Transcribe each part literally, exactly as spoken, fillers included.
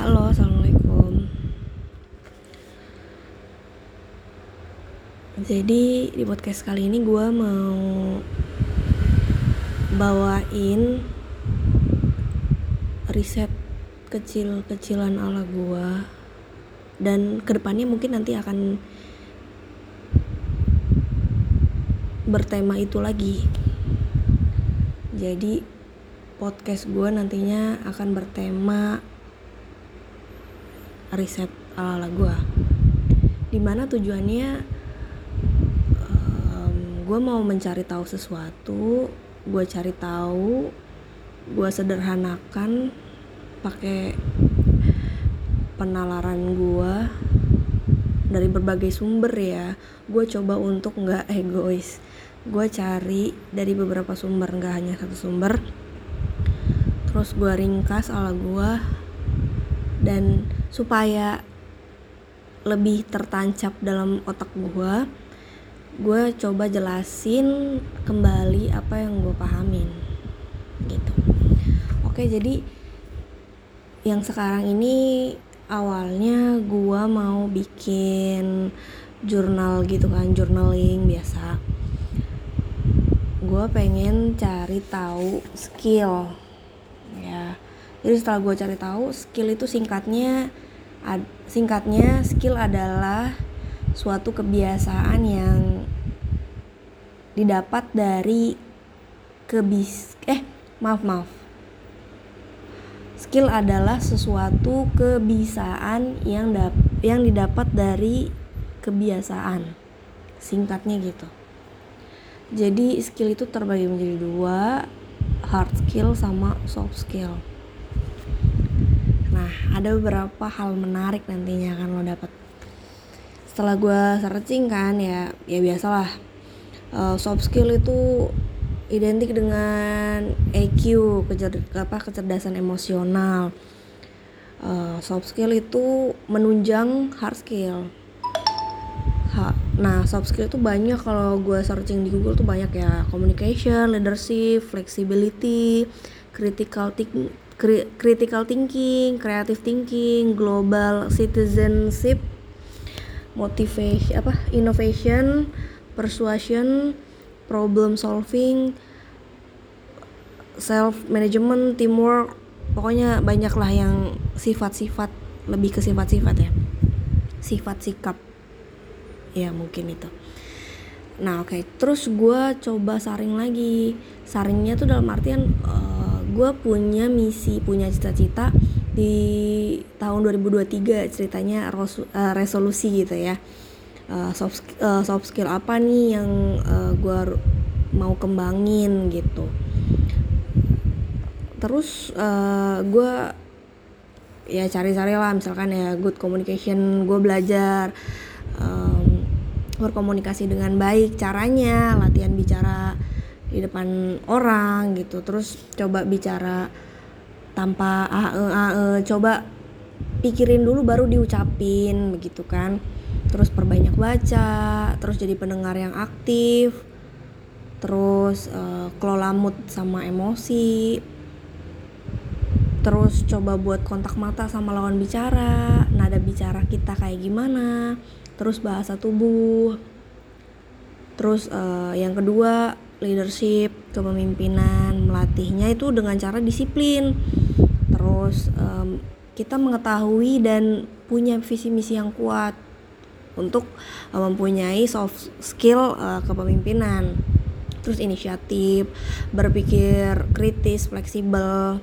Halo, assalamualaikum. Jadi di podcast kali ini gue mau bawain riset kecil-kecilan ala gue, dan kedepannya mungkin nanti akan bertema itu lagi. Jadi podcast gue nantinya akan bertema riset ala-ala gue, dimana tujuannya um, gue mau mencari tahu sesuatu, gue cari tahu, gue sederhanakan pakai penalaran gue dari berbagai sumber ya. Gue coba untuk nggak egois, gue cari dari beberapa sumber, nggak hanya satu sumber, terus gue ringkas ala gue, dan supaya lebih tertancap dalam otak gue, gue coba jelasin kembali apa yang gue pahamin gitu. Oke, jadi yang sekarang ini awalnya gue mau bikin jurnal gitu kan, journaling biasa. Gue pengen cari tahu skill ya. Jadi setelah gue cari tahu skill itu singkatnya ad, singkatnya skill adalah suatu kebiasaan yang didapat dari kebis eh maaf maaf skill adalah sesuatu kebiasaan yang dap, yang didapat dari kebiasaan, singkatnya gitu. Jadi skill itu terbagi menjadi dua, hard skill sama soft skill. Nah, ada beberapa hal menarik nantinya akan lo dapat. Setelah gue searching kan ya, ya biasalah. Uh, soft skill itu identik dengan E Q, kecer- apa, kecerdasan emosional. Uh, soft skill itu menunjang hard skill. Ha, nah, soft skill itu banyak, kalau gue searching di Google tuh banyak ya. Communication, leadership, flexibility, critical thinking, critical thinking, creative thinking, global citizenship, motivation, apa, innovation, persuasion, problem solving, self management, teamwork. Pokoknya banyak lah yang sifat-sifat, lebih ke sifat-sifat ya, sifat sikap ya, mungkin itu. Nah oke, okay. Terus gue coba saring lagi. Saringnya tuh dalam artian uh, gue punya misi, punya cita-cita di tahun dua ribu dua puluh tiga, ceritanya ros- uh, resolusi gitu ya. uh, soft, uh, soft skill apa nih yang uh, gue mau kembangin gitu. Terus uh, gue ya cari-cari lah, misalkan ya good communication, gue belajar um, berkomunikasi dengan baik, caranya latihan bicara di depan orang gitu. Terus coba bicara tanpa ae ae, coba pikirin dulu baru diucapin begitu kan. Terus perbanyak baca, terus jadi pendengar yang aktif, terus uh, kelola mood sama emosi, terus coba buat kontak mata sama lawan bicara, nada bicara kita kayak gimana, terus bahasa tubuh. Terus uh, yang kedua leadership, kepemimpinan, melatihnya itu dengan cara disiplin. Terus um, kita mengetahui dan punya visi misi yang kuat untuk uh, mempunyai soft skill uh, kepemimpinan. Terus inisiatif, berpikir kritis, fleksibel.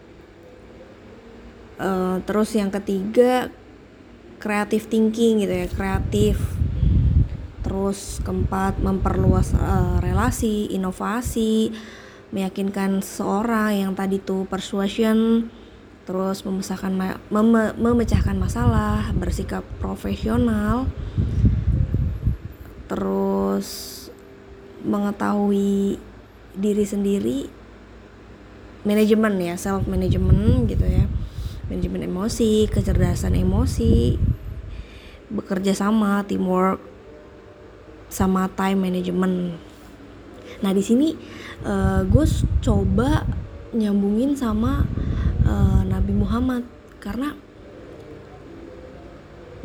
Uh, terus yang ketiga creative thinking gitu ya, kreatif. Terus keempat memperluas uh, relasi, inovasi, meyakinkan seseorang, yang tadi tuh persuasion. Terus memecahkan ma- mem- memecahkan masalah, bersikap profesional. Terus mengetahui diri sendiri, manajemen ya, self management gitu ya, manajemen emosi, kecerdasan emosi, bekerja sama, teamwork, sama time management. Nah di sini uh, gue coba nyambungin sama uh, Nabi Muhammad, karena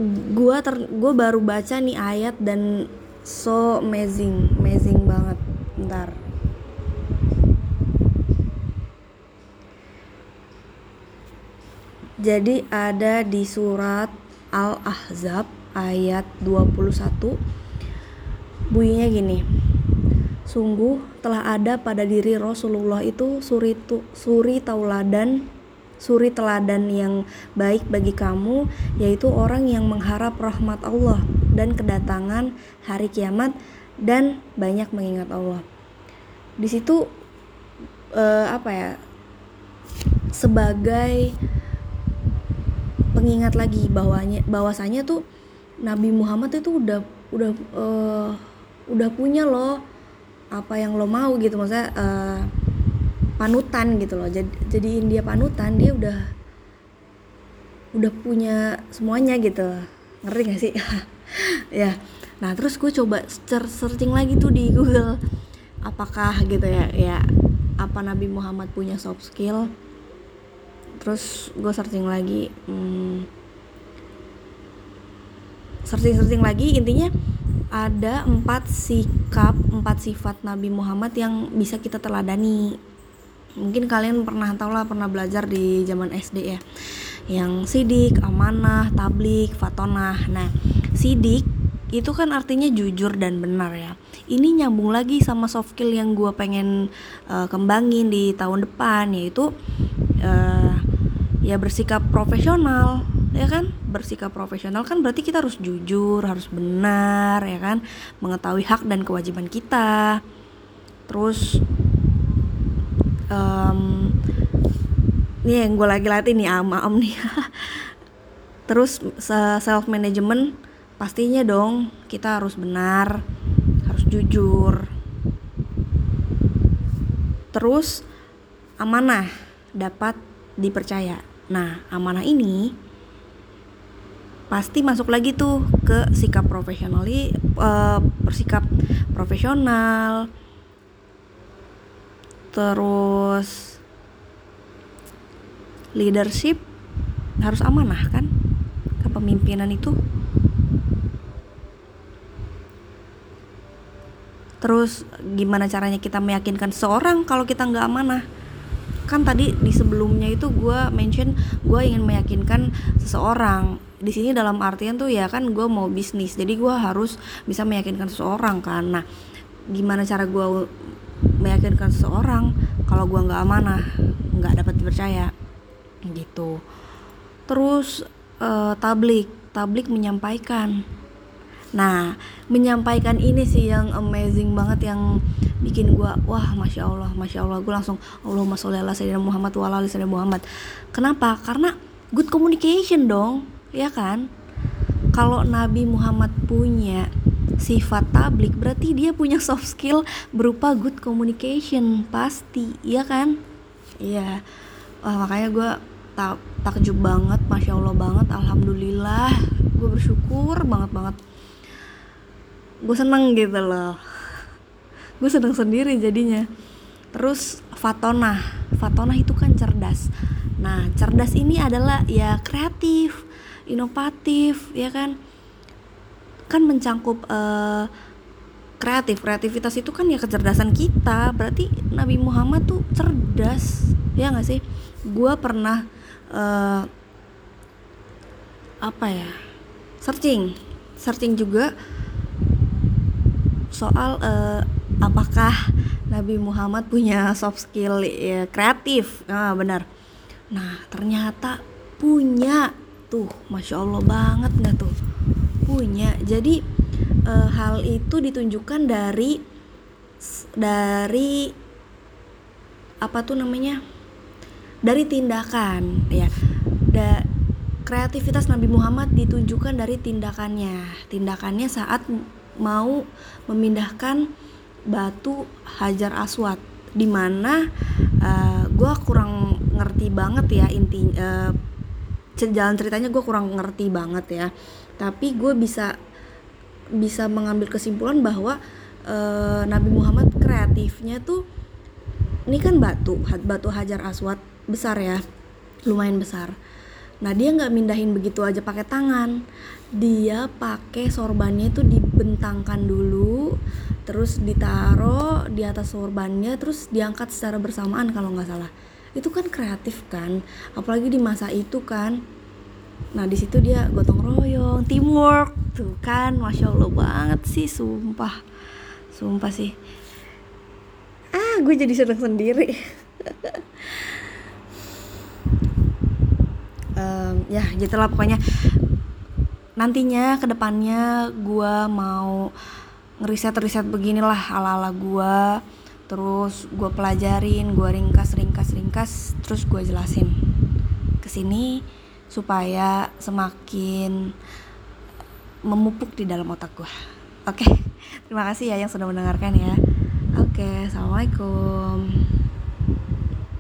gua ter gua baru baca nih ayat dan so amazing amazing banget. Bentar. Jadi ada di surat Al-Ahzab ayat dua puluh satu, bunyinya gini: sungguh telah ada pada diri Rasulullah itu suri, tu, suri tauladan suri teladan yang baik bagi kamu, yaitu orang yang mengharap rahmat Allah dan kedatangan hari kiamat dan banyak mengingat Allah. Di situ eh, apa ya, sebagai pengingat lagi bahwanya bahwasanya tuh Nabi Muhammad itu udah udah uh, udah punya loh apa yang lo mau gitu, maksudnya uh, panutan gitu loh. Jadi jadiin dia panutan, dia udah udah punya semuanya gitu, ngerti gak sih? Ya. Nah terus gue coba searching lagi tuh di Google, apakah gitu ya ya apa Nabi Muhammad punya soft skill. Terus gue searching lagi, hmm, searching-searching lagi, intinya ada empat sikap, empat sifat Nabi Muhammad yang bisa kita teladani. Mungkin kalian pernah tahu lah, pernah belajar di zaman S D ya, yang sidik, amanah, tablik, fatonah. Nah, sidik itu kan artinya jujur dan benar ya. Ini nyambung lagi sama soft skill yang gue pengen uh, kembangin di tahun depan, yaitu uh, ya bersikap profesional. Ya kan, bersikap profesional kan berarti kita harus jujur, harus benar, ya kan, mengetahui hak dan kewajiban kita. Terus um, ini yang gue lagi latih nih, am-am nih. Terus self management, pastinya dong kita harus benar, harus jujur. Terus amanah, dapat dipercaya. Nah, amanah ini pasti masuk lagi tuh ke sikap profesionali, uh, bersikap profesional. Terus leadership, harus amanah kan, kepemimpinan itu. Terus gimana caranya kita meyakinkan seseorang kalau kita nggak amanah? Kan tadi di sebelumnya itu gue mention gue ingin meyakinkan seseorang. Di sini dalam artian tuh ya kan gue mau bisnis, jadi gue harus bisa meyakinkan seseorang kan. Nah, gimana cara gue meyakinkan seseorang kalau gue nggak amanah, nggak dapat dipercaya gitu. Terus uh, tablik, tablik menyampaikan. Nah, menyampaikan ini sih yang amazing banget, yang bikin gue wah masya Allah, masya Allah. Gue langsung Allahumma sholli ala sayyidina Muhammad wa ala ali sayyidina Muhammad. Kenapa? Karena good communication dong, ya kan? Kalau Nabi Muhammad punya sifat tablik, berarti dia punya soft skill berupa good communication, pasti, ya kan? Iya. Wah, makanya gue tak takjub banget, masya Allah banget, alhamdulillah. Gue bersyukur banget banget. Gue seneng gitu loh, gue seneng sendiri jadinya. Terus fatonah, fatonah itu kan cerdas. Nah, cerdas ini adalah ya kreatif, inovatif, ya kan, kan mencangkup uh, kreatif, kreativitas itu kan ya kecerdasan kita. Berarti Nabi Muhammad tuh cerdas, ya nggak sih? Gue pernah uh, apa ya, searching, searching juga soal uh, apakah Nabi Muhammad punya soft skill ya, kreatif. Nah, benar. Nah, ternyata punya tuh, masya Allah banget nggak tuh? Punya. Jadi uh, hal itu ditunjukkan dari dari apa tuh namanya? Dari tindakan, ya. Da, kreativitas Nabi Muhammad ditunjukkan dari tindakannya. Tindakannya saat mau memindahkan batu Hajar Aswad, dimana uh, gue kurang ngerti banget ya inti uh, jalan ceritanya, gue kurang ngerti banget ya, tapi gue bisa bisa mengambil kesimpulan bahwa uh, Nabi Muhammad kreatifnya tuh, ini kan batu batu Hajar Aswad besar ya, lumayan besar. Nah dia nggak mindahin begitu aja pakai tangan, dia pakai sorbannya itu dibentangkan dulu, terus ditaruh di atas sorbannya, terus diangkat secara bersamaan kalau nggak salah. Itu kan kreatif kan, apalagi di masa itu kan. Nah di situ dia gotong royong, teamwork tuh kan, masya Allah banget sih, sumpah, sumpah sih. Ah gue jadi seneng sendiri. um, ya gitulah pokoknya. Nantinya kedepannya gue mau ngeriset-riset beginilah ala-ala gue, terus gue pelajarin, gue ringkas ringkas ringkas terus gue jelasin kesini supaya semakin memupuk di dalam otak gue. Oke, terima kasih ya yang sudah mendengarkan ya. Oke, assalamualaikum.